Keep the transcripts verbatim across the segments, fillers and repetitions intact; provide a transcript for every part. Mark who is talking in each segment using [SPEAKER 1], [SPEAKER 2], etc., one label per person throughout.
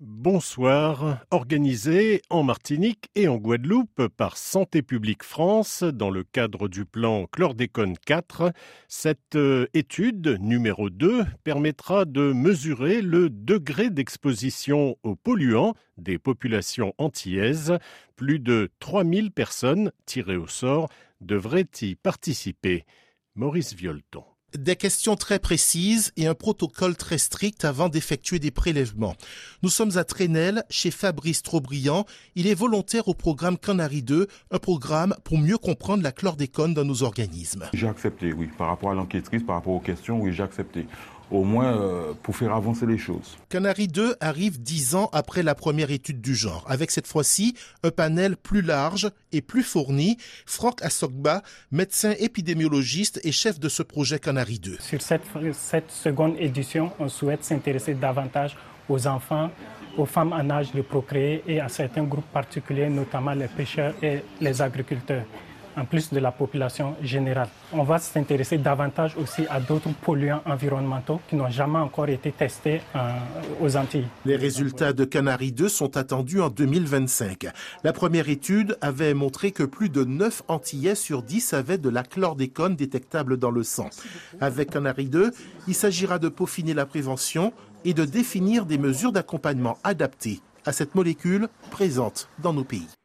[SPEAKER 1] Bonsoir. Organisé en Martinique et en Guadeloupe par Santé publique France dans le cadre du plan Chlordécone quatre, cette étude numéro deux permettra de mesurer le degré d'exposition aux polluants des populations antillaises. Plus de trois mille personnes tirées au sort devraient y participer. Maurice Violton.
[SPEAKER 2] Des questions très précises et un protocole très strict avant d'effectuer des prélèvements. Nous sommes à Trénel, chez Fabrice Trobriand. Il est volontaire au programme Canari deux, un programme pour mieux comprendre la chlordécone dans nos organismes.
[SPEAKER 3] J'ai accepté, oui. Par rapport à l'enquêtrice, par rapport aux questions, oui, j'ai accepté. Au moins euh, pour faire avancer les choses.
[SPEAKER 2] Canari deux arrive dix ans après la première étude du genre, avec cette fois-ci un panel plus large et plus fourni. Franck Assogba, médecin épidémiologiste et chef de ce projet Canari deux.
[SPEAKER 4] Sur cette, cette seconde édition, on souhaite s'intéresser davantage aux enfants, aux femmes en âge de procréer et à certains groupes particuliers, notamment les pêcheurs et les agriculteurs, en plus de la population générale. On va s'intéresser davantage aussi à d'autres polluants environnementaux qui n'ont jamais encore été testés euh, aux Antilles.
[SPEAKER 2] Les résultats de Canari deux sont attendus en deux mille vingt-cinq. La première étude avait montré que plus de neuf Antillais sur dix avaient de la chlordécone détectable dans le sang. Avec Canari deux, il s'agira de peaufiner la prévention et de définir des mesures d'accompagnement adaptées à cette molécule présente dans nos pays.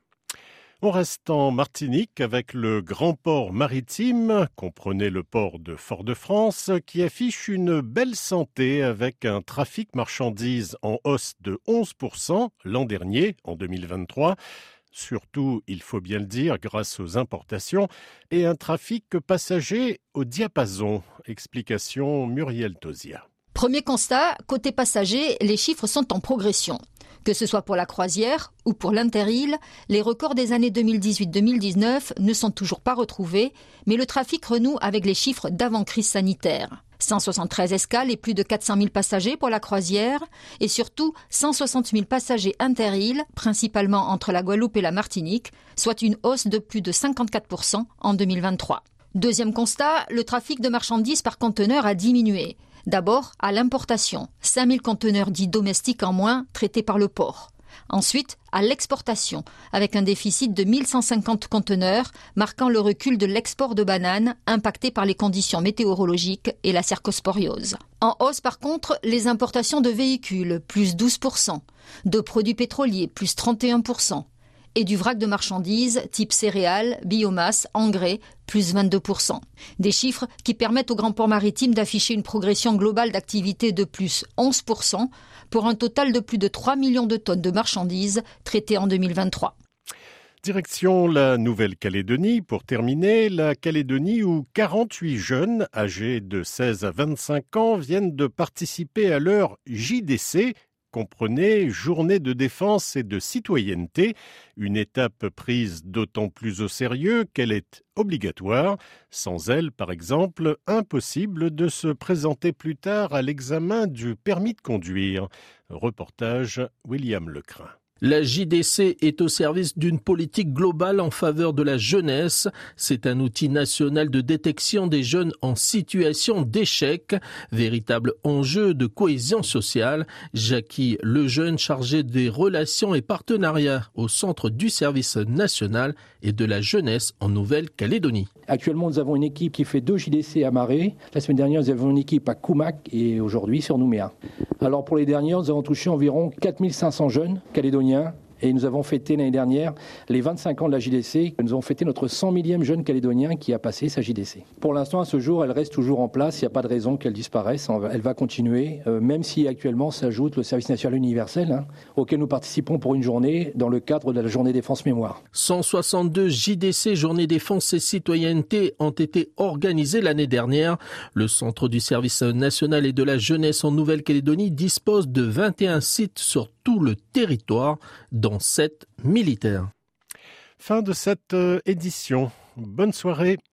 [SPEAKER 1] On reste en Martinique avec le grand port maritime, comprenez le port de Fort-de-France, qui affiche une belle santé avec un trafic marchandises en hausse de onze pour cent l'an dernier, en deux mille vingt-trois. Surtout, il faut bien le dire, grâce aux importations et un trafic passager au diapason. Explication Muriel Tozia.
[SPEAKER 5] Premier constat, côté passager, les chiffres sont en progression. Que ce soit pour la croisière ou pour l'interile, les records des années deux mille dix-huit deux mille dix-neuf ne sont toujours pas retrouvés, mais le trafic renoue avec les chiffres d'avant-crise sanitaire. cent soixante-treize escales et plus de quatre cent mille passagers pour la croisière, et surtout cent soixante mille passagers interiles, principalement entre la Guadeloupe et la Martinique, soit une hausse de plus de cinquante-quatre pour cent en deux mille vingt-trois. Deuxième constat, le trafic de marchandises par conteneur a diminué. D'abord, à l'importation, cinq mille conteneurs dits domestiques en moins traités par le port. Ensuite, à l'exportation, avec un déficit de mille cent cinquante conteneurs, marquant le recul de l'export de bananes, impacté par les conditions météorologiques et la cercosporiose. En hausse, par contre, les importations de véhicules, plus douze pour cent, de produits pétroliers, plus trente et un pour cent, et du vrac de marchandises type céréales, biomasse, engrais, plus vingt-deux pour cent. Des chiffres qui permettent au grand port maritime d'afficher une progression globale d'activité de plus onze pour cent pour un total de plus de trois millions de tonnes de marchandises traitées en deux mille vingt-trois.
[SPEAKER 1] Direction la Nouvelle-Calédonie. Pour terminer, la Calédonie où quarante-huit jeunes âgés de seize à vingt-cinq ans viennent de participer à leur J D C, comprenez Journée de défense et de citoyenneté, une étape prise d'autant plus au sérieux qu'elle est obligatoire. Sans elle, par exemple, impossible de se présenter plus tard à l'examen du permis de conduire. Reportage William Lecrin.
[SPEAKER 6] La J D C est au service d'une politique globale en faveur de la jeunesse. C'est un outil national de détection des jeunes en situation d'échec, véritable enjeu de cohésion sociale. Jackie Lejeune, chargé des relations et partenariats au centre du service national et de la jeunesse en Nouvelle-Calédonie.
[SPEAKER 7] Actuellement, nous avons une équipe qui fait deux J D C à Maré. La semaine dernière, nous avons une équipe à Koumak et aujourd'hui sur Nouméa. Alors pour les dernières, nous avons touché environ quatre mille cinq cents jeunes calédoniens. Et nous avons fêté l'année dernière les vingt-cinq ans de la J D C. Nous avons fêté notre cent millième jeune calédonien qui a passé sa J D C. Pour l'instant, à ce jour, elle reste toujours en place. Il n'y a pas de raison qu'elle disparaisse. Elle va continuer, euh, même si actuellement s'ajoute le service national universel, hein, auquel nous participons pour une journée dans le cadre de la journée défense mémoire.
[SPEAKER 6] cent soixante-deux J D C, journée défense et citoyenneté, ont été organisées l'année dernière. Le centre du service national et de la jeunesse en Nouvelle-Calédonie dispose de vingt et un sites sur tout le territoire, dont sept militaires.
[SPEAKER 1] Fin de cette édition. Bonne soirée.